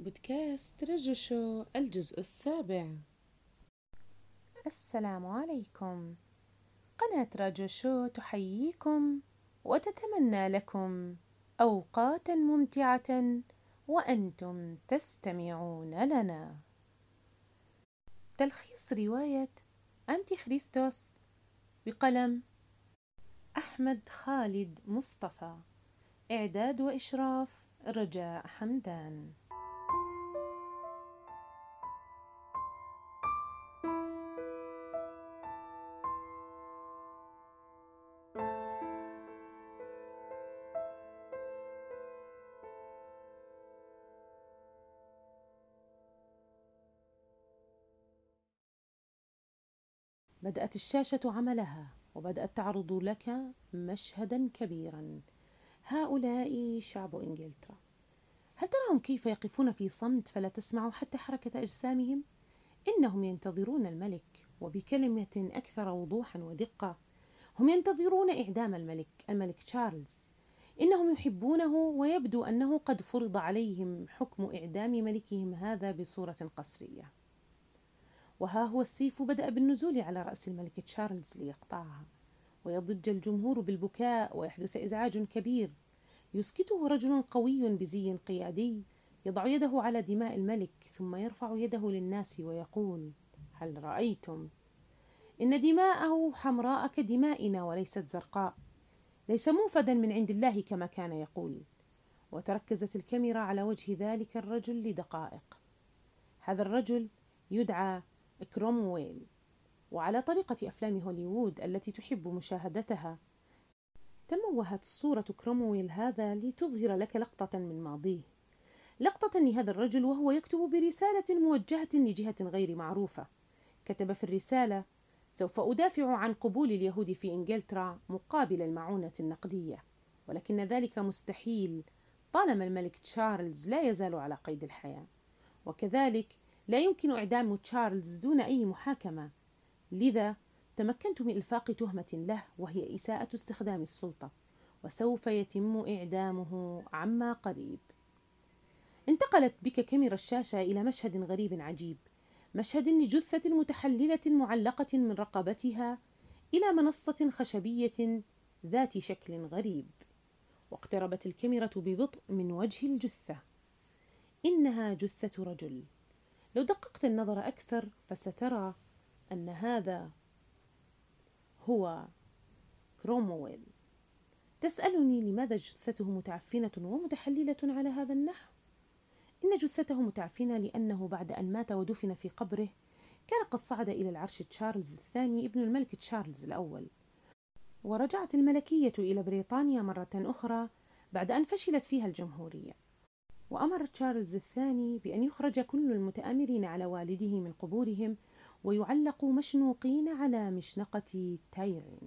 بودكاست رجشو الجزء السابع. السلام عليكم. قناة رجشو تحييكم وتتمنى لكم أوقاتا ممتعة وأنتم تستمعون لنا. تلخيص رواية أنتي خريستوس بقلم أحمد خالد مصطفى، إعداد وإشراف رجاء حمدان. بدأت الشاشة عملها وبدأت تعرض لك مشهدا كبيرا. هؤلاء شعب إنجلترا. هل تراهم كيف يقفون في صمت فلا تسمع حتى حركة أجسامهم؟ إنهم ينتظرون الملك، وبكلمة أكثر وضوحا ودقة، هم ينتظرون إعدام الملك تشارلز. إنهم يحبونه، ويبدو أنه قد فرض عليهم حكم إعدام ملكهم هذا بصورة قسرية. وها هو السيف بدأ بالنزول على رأس الملك تشارلز ليقطعها، ويضج الجمهور بالبكاء ويحدث إزعاج كبير. يسكته رجل قوي بزي قيادي يضع يده على دماء الملك، ثم يرفع يده للناس ويقول: هل رأيتم؟ إن دماءه حمراء كدمائنا وليست زرقاء، ليس منفدا من عند الله كما كان يقول. وتركزت الكاميرا على وجه ذلك الرجل لدقائق. هذا الرجل يدعى كرومويل، وعلى طريقة أفلام هوليوود التي تحب مشاهدتها، تموهت صورة كرومويل هذا لتظهر لك لقطة من ماضيه، لقطة لهذا الرجل وهو يكتب برسالة موجهة لجهة غير معروفة. كتب في الرسالة: سوف أدافع عن قبول اليهود في إنجلترا مقابل المعونة النقدية، ولكن ذلك مستحيل طالما الملك تشارلز لا يزال على قيد الحياة، وكذلك لا يمكن إعدام تشارلز دون أي محاكمة. لذا تمكنت من إلفاق تهمة له، وهي إساءة استخدام السلطة، وسوف يتم إعدامه عما قريب. انتقلت بك كاميرا الشاشة إلى مشهد غريب عجيب، مشهد لجثة متحللة معلقة من رقبتها إلى منصة خشبية ذات شكل غريب. واقتربت الكاميرا ببطء من وجه الجثة. إنها جثة رجل. لو دققت النظر أكثر فسترى أن هذا هو كرومويل. تسألني لماذا جثته متعفنة ومتحللة على هذا النحو؟ إن جثته متعفنة لأنه بعد أن مات ودفن في قبره كان قد صعد إلى العرش تشارلز الثاني ابن الملك تشارلز الأول، ورجعت الملكية إلى بريطانيا مرة أخرى بعد أن فشلت فيها الجمهورية. وأمر تشارلز الثاني بأن يخرج كل المتآمرين على والده من قبورهم ويعلقوا مشنوقين على مشنقة تايرين.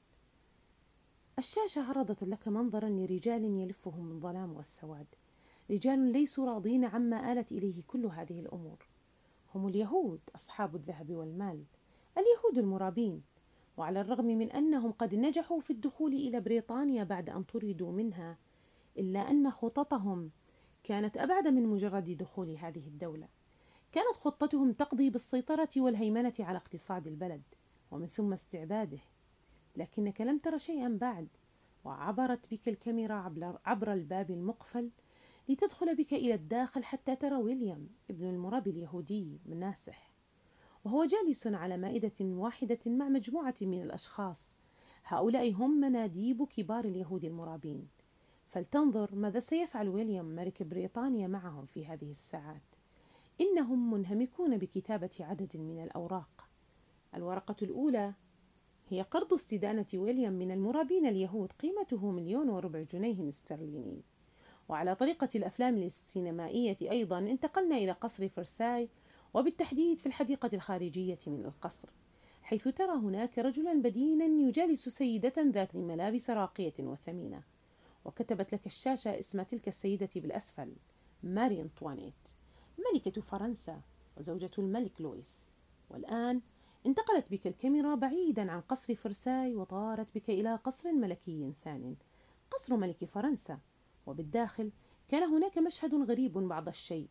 الشاشة عرضت لك منظرا لرجال يلفهم الظلام والسواد، رجال ليسوا راضين عما آلت إليه كل هذه الأمور. هم اليهود أصحاب الذهب والمال، اليهود المرابين. وعلى الرغم من أنهم قد نجحوا في الدخول إلى بريطانيا بعد أن طردوا منها، إلا أن خططهم كانت أبعد من مجرد دخول هذه الدولة. كانت خطتهم تقضي بالسيطرة والهيمنة على اقتصاد البلد ومن ثم استعباده. لكنك لم تر شيئا بعد، وعبرت بك الكاميرا عبر الباب المقفل لتدخل بك إلى الداخل حتى ترى ويليام ابن المرابي اليهودي مناسح، وهو جالس على مائدة واحدة مع مجموعة من الأشخاص. هؤلاء هم مناديب كبار اليهود المرابين. فلتنظر ماذا سيفعل ويليام ملك بريطانيا معهم في هذه الساعات. إنهم منهمكون بكتابة عدد من الأوراق. الورقة الأولى هي قرض استدانة ويليام من المرابين اليهود قيمته 1,250,000 استرليني. وعلى طريقة الأفلام السينمائية أيضا انتقلنا إلى قصر فرساي، وبالتحديد في الحديقة الخارجية من القصر، حيث ترى هناك رجلا بدينا يجالس سيدة ذات ملابس راقية وثمينة. وكتبت لك الشاشة اسم تلك السيدة بالأسفل: ماري أنطوانيت، ملكة فرنسا وزوجة الملك لويس. والآن انتقلت بك الكاميرا بعيدا عن قصر فرساي وطارت بك إلى قصر ملكي ثان، قصر ملك فرنسا. وبالداخل كان هناك مشهد غريب بعض الشيء.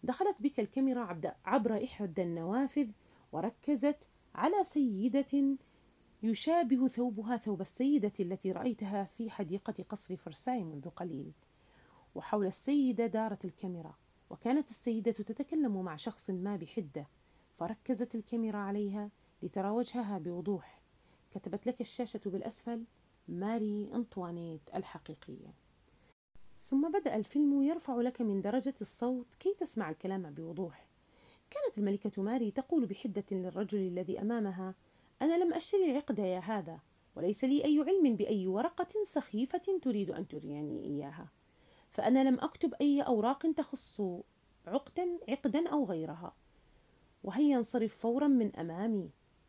دخلت بك الكاميرا عبر إحدى النوافذ وركزت على سيدة يشابه ثوبها ثوب السيدة التي رأيتها في حديقة قصر فرساي منذ قليل. وحول السيدة دارت الكاميرا، وكانت السيدة تتكلم مع شخص ما بحدة، فركزت الكاميرا عليها لترى وجهها بوضوح. كتبت لك الشاشة بالأسفل: ماري أنطوانيت الحقيقية. ثم بدأ الفيلم يرفع لك من درجة الصوت كي تسمع الكلام بوضوح. كانت الملكة ماري تقول بحدة للرجل الذي أمامها: أنا لم أشتري العقد يا هذا، وليس لي أي علم بأي ورقة سخيفة تريد أن تريني إياها، فأنا لم أكتب أي أوراق تخص عقدا أو غيرها، وهيا انصرف فورا من أمامي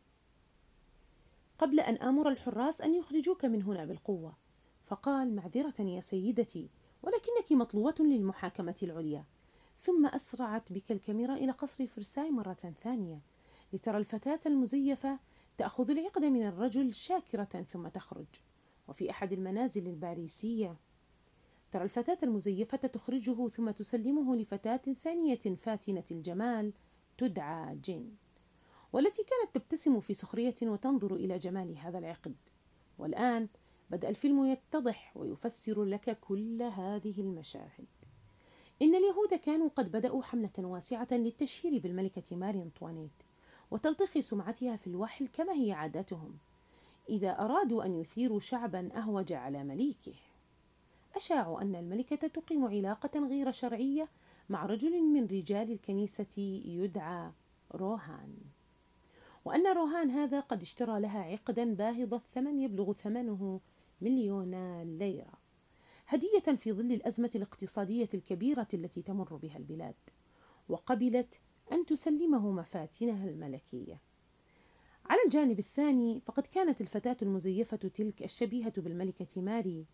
قبل أن آمر الحراس أن يخرجوك من هنا بالقوة. فقال: معذرة يا سيدتي، ولكنك مطلوبة للمحاكمة العليا. ثم أسرعت بك الكاميرا إلى قصر فرساي مرة ثانية لترى الفتاة المزيفة تأخذ العقد من الرجل شاكرة ثم تخرج. وفي أحد المنازل الباريسية ترى الفتاة المزيفة تخرجه ثم تسلمه لفتاة ثانية فاتنة الجمال تدعى جين، والتي كانت تبتسم في سخرية وتنظر إلى جمال هذا العقد. والآن بدأ الفيلم يتضح ويفسر لك كل هذه المشاهد. إن اليهود كانوا قد بدأوا حملة واسعة للتشهير بالملكة ماري أنطوانيت وتلطيخ سمعتها في الوحل كما هي عادتهم. إذا أرادوا أن يثيروا شعبا أهوج على مليكه، أشاعوا أن الملكة تقيم علاقة غير شرعية مع رجل من رجال الكنيسة يدعى روهان، وأن روهان هذا قد اشترى لها عقدا باهظ الثمن يبلغ ثمنه 1,000,000 ليرة هدية في ظل الأزمة الاقتصادية الكبيرة التي تمر بها البلاد، وقبلت أن تسلمه مفاتنها الملكية. على الجانب الثاني فقد كانت الفتاة المزيفة تلك الشبيهة بالملكة ماري،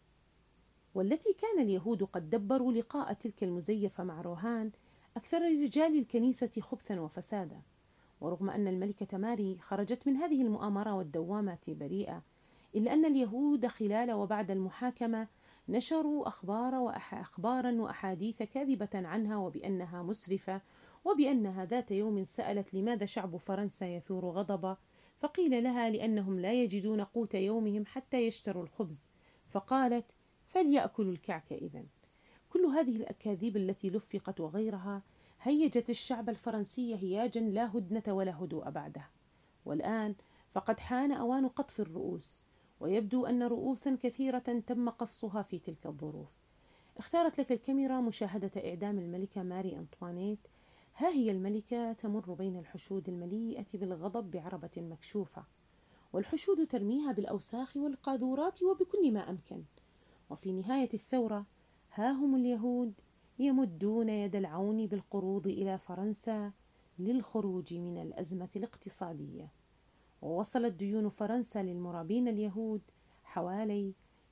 والتي كان اليهود قد دبروا لقاء تلك المزيفة مع روهان، أكثر رجال الكنيسة خبثا وفسادا. ورغم أن الملكة ماري خرجت من هذه المؤامرة والدوامة بريئة، إلا أن اليهود خلال وبعد المحاكمة نشروا أخبارا وأحاديث كاذبة عنها، وبأنها مسرفة، وبأنها ذات يوم سألت لماذا شعب فرنسا يثور غضبا، فقيل لها لأنهم لا يجدون قوت يومهم حتى يشتروا الخبز، فقالت: فليأكلوا الكعك إذن. كل هذه الأكاذيب التي لفقت وغيرها هيجت الشعب الفرنسي هياجا لا هدنة ولا هدوء بعده. والآن فقد حان أوان قطف الرؤوس، ويبدو أن رؤوسا كثيرة تم قصها في تلك الظروف. اختارت لك الكاميرا مشاهدة إعدام الملكة ماري أنطوانيت. ها هي الملكة تمر بين الحشود المليئة بالغضب بعربة مكشوفة، والحشود ترميها بالأوساخ والقاذورات وبكل ما أمكن. وفي نهاية الثورة ها هم اليهود يمدون يد العون بالقروض إلى فرنسا للخروج من الأزمة الاقتصادية. ووصلت ديون فرنسا للمرابين اليهود حوالي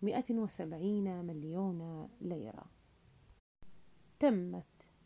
170 مليون ليرة. تمت.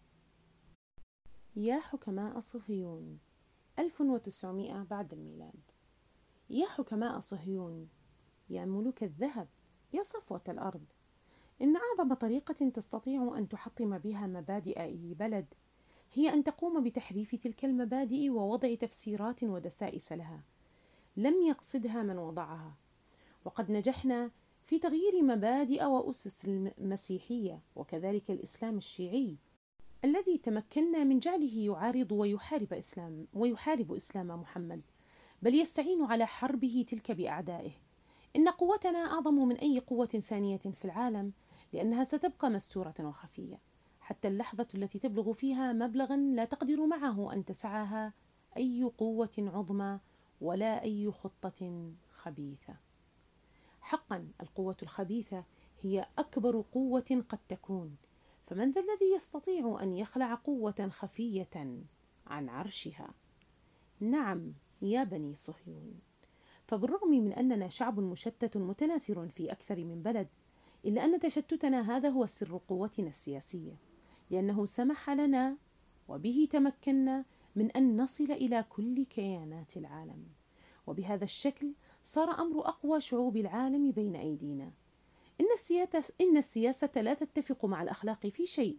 يا حكماء صهيون، 1900 بعد الميلاد. يا حكماء صهيون، يا ملوك الذهب، يا صفوة الأرض، إن أعظم طريقة تستطيع أن تحطم بها مبادئ أي بلد هي أن تقوم بتحريف تلك المبادئ ووضع تفسيرات ودسائس لها لم يقصدها من وضعها. وقد نجحنا في تغيير مبادئ وأسس المسيحية وكذلك الإسلام الشيعي الذي تمكنا من جعله يعارض ويحارب إسلام محمد، بل يستعين على حربه تلك بأعدائه. إن قوتنا أعظم من أي قوة ثانية في العالم، لأنها ستبقى مستورة وخفية حتى اللحظة التي تبلغ فيها مبلغا لا تقدر معه أن تسعها أي قوة عظمى ولا أي خطة خبيثة. حقا القوة الخبيثة هي أكبر قوة قد تكون، فمن ذا الذي يستطيع أن يخلع قوة خفية عن عرشها؟ نعم يا بني صهيون، فبالرغم من أننا شعب مشتت متناثر في أكثر من بلد، إلا أن تشتتنا هذا هو سر قوتنا السياسية، لأنه سمح لنا وبه تمكنا من أن نصل إلى كل كيانات العالم، وبهذا الشكل صار أمر أقوى شعوب العالم بين أيدينا. إن السياسة لا تتفق مع الأخلاق في شيء،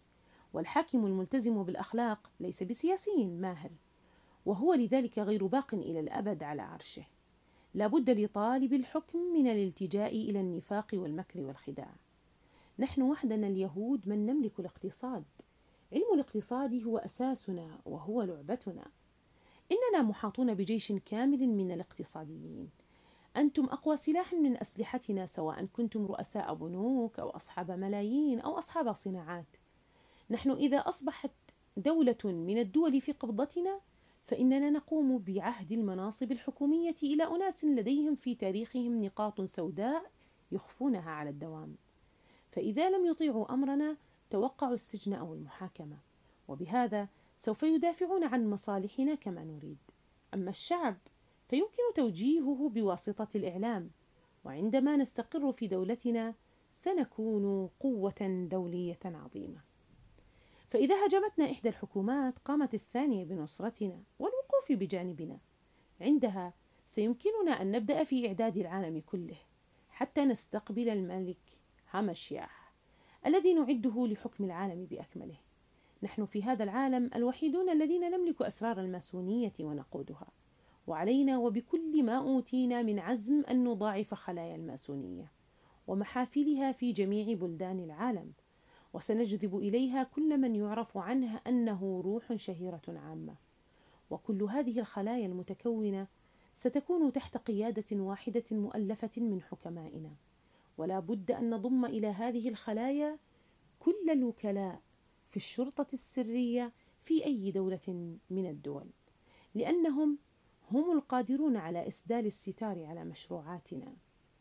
والحاكم الملتزم بالأخلاق ليس بسياسي ماهر، وهو لذلك غير باق إلى الأبد على عرشه. لا بد لطالب الحكم من الالتجاء إلى النفاق والمكر والخداع. نحن وحدنا اليهود من نملك الاقتصاد. علم الاقتصاد هو أساسنا وهو لعبتنا. إننا محاطون بجيش كامل من الاقتصاديين. أنتم أقوى سلاح من أسلحتنا، سواء كنتم رؤساء بنوك أو أصحاب ملايين أو أصحاب صناعات. نحن إذا أصبحت دولة من الدول في قبضتنا، فإننا نقوم بعهد المناصب الحكومية إلى أناس لديهم في تاريخهم نقاط سوداء يخفونها على الدوام، فإذا لم يطيعوا أمرنا توقعوا السجن أو المحاكمة، وبهذا سوف يدافعون عن مصالحنا كما نريد. أما الشعب فيمكن توجيهه بواسطة الإعلام، وعندما نستقر في دولتنا سنكون قوة دولية عظيمة. فإذا هجمتنا إحدى الحكومات قامت الثانية بنصرتنا والوقوف بجانبنا. عندها سيمكننا أن نبدأ في إعداد العالم كله حتى نستقبل الملك هامشياح الذي نعده لحكم العالم بأكمله. نحن في هذا العالم الوحيدون الذين نملك أسرار الماسونية ونقودها، وعلينا وبكل ما أوتينا من عزم أن نضاعف خلايا الماسونية ومحافلها في جميع بلدان العالم، وسنجذب إليها كل من يعرف عنه أنه روح شهيرة عامة. وكل هذه الخلايا المتكونة ستكون تحت قيادة واحدة مؤلفة من حكمائنا، ولا بد أن نضم إلى هذه الخلايا كل الوكلاء في الشرطة السرية في أي دولة من الدول، لأنهم هم القادرون على إسدال الستار على مشروعاتنا،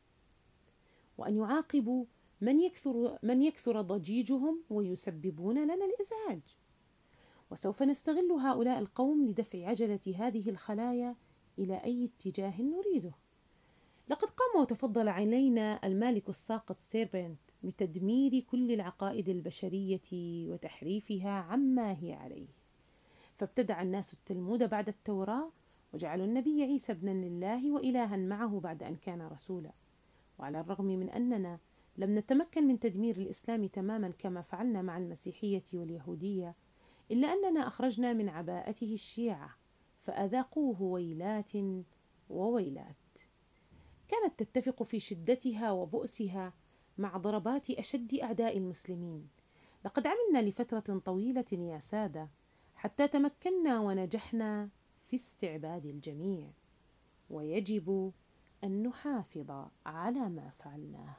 وأن يعاقبوا من يكثر ضجيجهم ويسببون لنا الإزعاج. وسوف نستغل هؤلاء القوم لدفع عجلة هذه الخلايا إلى أي اتجاه نريده. لقد قام وتفضل علينا المالك الساقط سيربنت بتدمير كل العقائد البشرية وتحريفها عما هي عليه، فابتدع الناس التلمود بعد التوراة، وجعلوا النبي عيسى ابنا لله وإلها معه بعد أن كان رسولا. وعلى الرغم من أننا لم نتمكن من تدمير الإسلام تماما كما فعلنا مع المسيحية واليهودية، إلا أننا أخرجنا من عباءته الشيعة فأذاقوه ويلات وويلات. كانت تتفق في شدتها وبؤسها مع ضربات أشد أعداء المسلمين. لقد عملنا لفترة طويلة يا سادة حتى تمكنا ونجحنا في استعباد الجميع، ويجب أن نحافظ على ما فعلناه.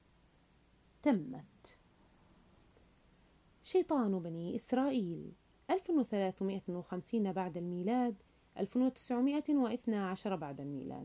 تمت. شيطان بني إسرائيل 1350 بعد الميلاد 1912 بعد الميلاد.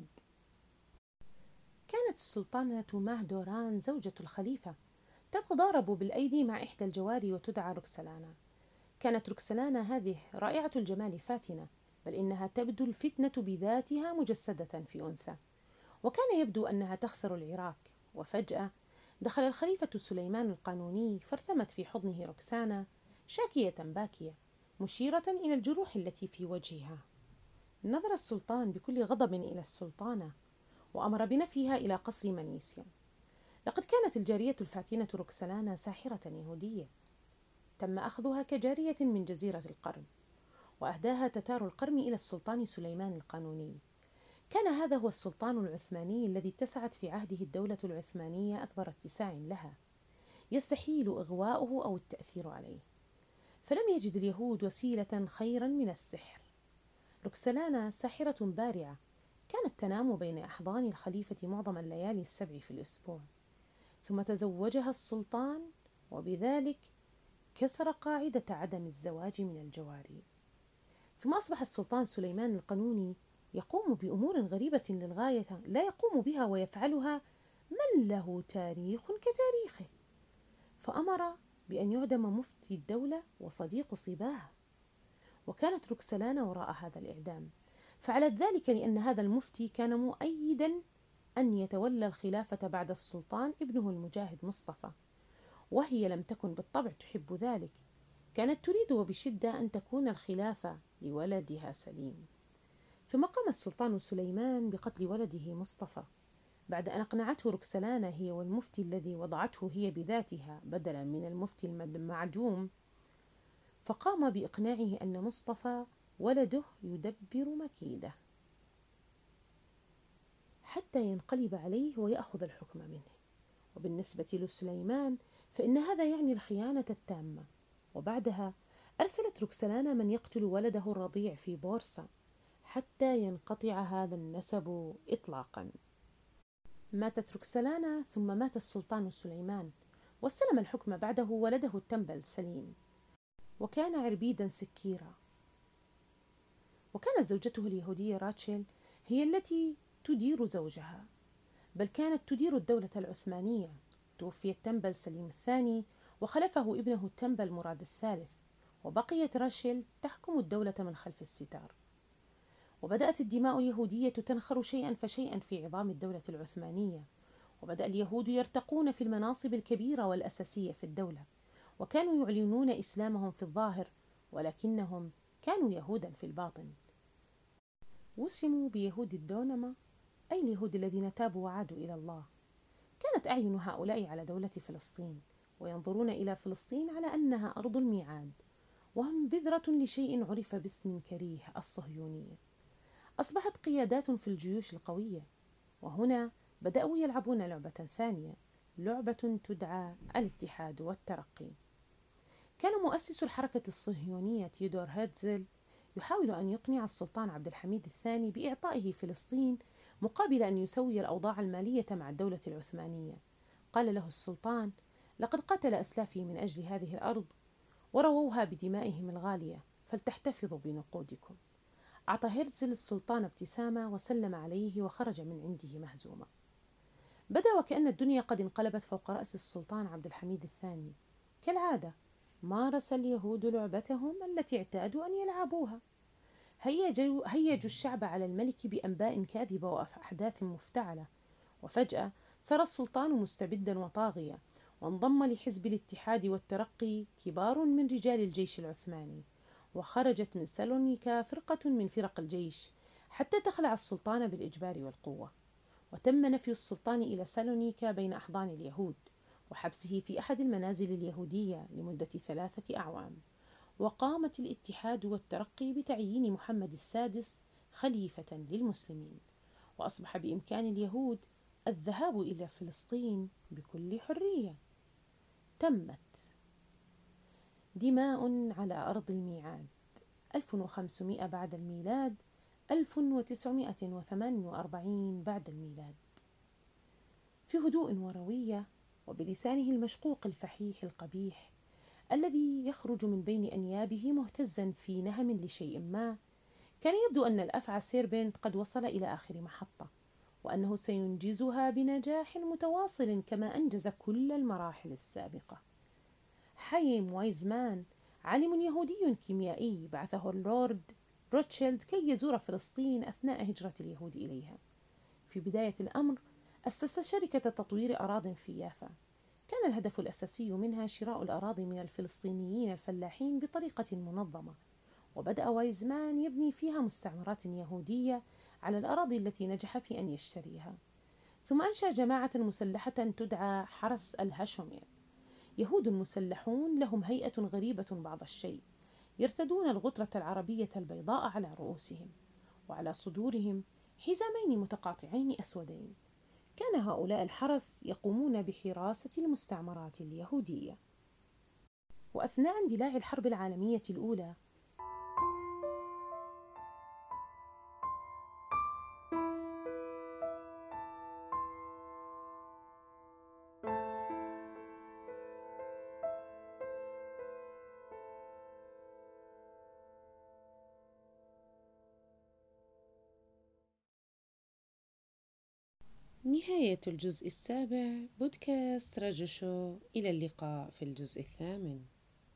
كانت السلطانة ماهدوران زوجة الخليفة تتضارب بالأيدي مع إحدى الجواري وتدعى روكسلانا. كانت روكسلانا هذه رائعة الجمال فاتنة، بل إنها تبدو الفتنة بذاتها مجسدة في أنثى، وكان يبدو أنها تخسر العراك. وفجأة دخل الخليفة سليمان القانوني فارتمت في حضنه روكسانا شاكية باكية مشيرة إلى الجروح التي في وجهها. نظر السلطان بكل غضب إلى السلطانة وأمر بنفيها إلى قصر منيسيا. لقد كانت الجارية الفاتنة روكسلانا ساحرة يهودية، تم أخذها كجارية من جزيرة القرم، وأهداها تتار القرم إلى السلطان سليمان القانوني. كان هذا هو السلطان العثماني الذي اتسعت في عهده الدولة العثمانية أكبر اتساع لها، يستحيل إغواؤه أو التأثير عليه، فلم يجد اليهود وسيلة خيرا من السحر. روكسلانا ساحرة بارعة، كانت تنام بين أحضان الخليفة معظم الليالي السبع في الأسبوع، ثم تزوجها السلطان، وبذلك كسر قاعدة عدم الزواج من الجواري. ثم أصبح السلطان سليمان القانوني يقوم بأمور غريبة للغاية لا يقوم بها ويفعلها من له تاريخ كتاريخه، فأمر بأن يعدم مفتي الدولة وصديق صباه، وكانت روكسلانا وراء هذا الإعدام. فعلت ذلك لأن هذا المفتي كان مؤيدا أن يتولى الخلافة بعد السلطان ابنه المجاهد مصطفى، وهي لم تكن بالطبع تحب ذلك، كانت تريد وبشدة أن تكون الخلافة لولدها سليم. ثم قام السلطان سليمان بقتل ولده مصطفى بعد أن أقنعته روكسلانا هي والمفتي الذي وضعته هي بذاتها بدلا من المفتي المعدوم فقام بإقناعه أن مصطفى ولده يدبر مكيده حتى ينقلب عليه ويأخذ الحكم منه. وبالنسبة لسليمان فإن هذا يعني الخيانة التامة. وبعدها أرسلت روكسلانا من يقتل ولده الرضيع في بورصة حتى ينقطع هذا النسب إطلاقا. ماتت روكسلانا ثم مات السلطان سليمان، واستلم الحكم بعده ولده التنبل سليم، وكان عربيدا سكيرا. وكانت زوجته اليهودية راتشيل هي التي تدير زوجها، بل كانت تدير الدولة العثمانية. توفي التنبل سليم الثاني وخلفه ابنه التنبل مراد الثالث، وبقيت راشيل تحكم الدولة من خلف الستار. وبدأت الدماء اليهودية تنخر شيئا فشيئا في عظام الدولة العثمانية، وبدأ اليهود يرتقون في المناصب الكبيرة والأساسية في الدولة، وكانوا يعلنون إسلامهم في الظاهر ولكنهم كانوا يهودا في الباطن. وسموا بيهود الدونما، أي اليهود الذين تابوا وعادوا إلى الله. كانت أعين هؤلاء على دولة فلسطين، وينظرون إلى فلسطين على أنها أرض الميعاد، وهم بذرة لشيء عرف باسم كريه، الصهيونية. أصبحت قيادات في الجيوش القوية، وهنا بدأوا يلعبون لعبة ثانية، لعبة تدعى الاتحاد والترقي. كان مؤسس الحركة الصهيونية تيودور هيرتزل يحاول أن يقنع السلطان عبد الحميد الثاني بإعطائه فلسطين مقابل أن يسوي الأوضاع المالية مع الدولة العثمانية. قال له السلطان: لقد قاتل أسلافي من أجل هذه الأرض ورووها بدمائهم الغالية، فلتحتفظوا بنقودكم. أعطى هيرتزل السلطان ابتسامة وسلم عليه وخرج من عنده مهزوما. بدا وكأن الدنيا قد انقلبت فوق رأس السلطان عبد الحميد الثاني. كالعادة مارس اليهود لعبتهم التي اعتادوا أن يلعبوها. هيجوا الشعب على الملك بأنباء كاذبة وأحداث مفتعلة، وفجأة صار السلطان مستبدا وطاغيا، وانضم لحزب الاتحاد والترقي كبار من رجال الجيش العثماني، وخرجت من سالونيكا فرقة من فرق الجيش حتى تخلع السلطان بالإجبار والقوة. وتم نفي السلطان إلى سالونيكا بين أحضان اليهود، وحبسه في أحد المنازل اليهودية لمدة 3 أعوام. وقامت الاتحاد والترقي بتعيين محمد السادس خليفة للمسلمين، وأصبح بإمكان اليهود الذهاب إلى فلسطين بكل حرية. تمت دماء على أرض الميعاد، 1500 بعد الميلاد، 1948 بعد الميلاد. في هدوء وروية، وبلسانه المشقوق الفحيح القبيح الذي يخرج من بين أنيابه مهتزا في نهم لشيء ما، كان يبدو أن الأفعى سيربنت قد وصل إلى آخر محطة، وأنه سينجزها بنجاح متواصل كما أنجز كل المراحل السابقة. حايم وايزمان، عالم يهودي كيميائي بعثه اللورد روتشيلد كي يزور فلسطين أثناء هجرة اليهود إليها. في بداية الأمر أسس شركة تطوير أراضٍ في يافا، كان الهدف الأساسي منها شراء الأراضي من الفلسطينيين الفلاحين بطريقة منظمة، وبدأ وايزمان يبني فيها مستعمرات يهودية على الأراضي التي نجح في أن يشتريها. ثم أنشأ جماعة مسلحة تدعى حرس الهاشمية، يهود مسلحون لهم هيئة غريبة بعض الشيء، يرتدون الغترة العربية البيضاء على رؤوسهم، وعلى صدورهم حزامين متقاطعين أسودين. كان هؤلاء الحرس يقومون بحراسة المستعمرات اليهودية. وأثناء اندلاع الحرب العالمية الأولى، نهاية الجزء السابع، بودكاست رجشو. إلى اللقاء في الجزء الثامن.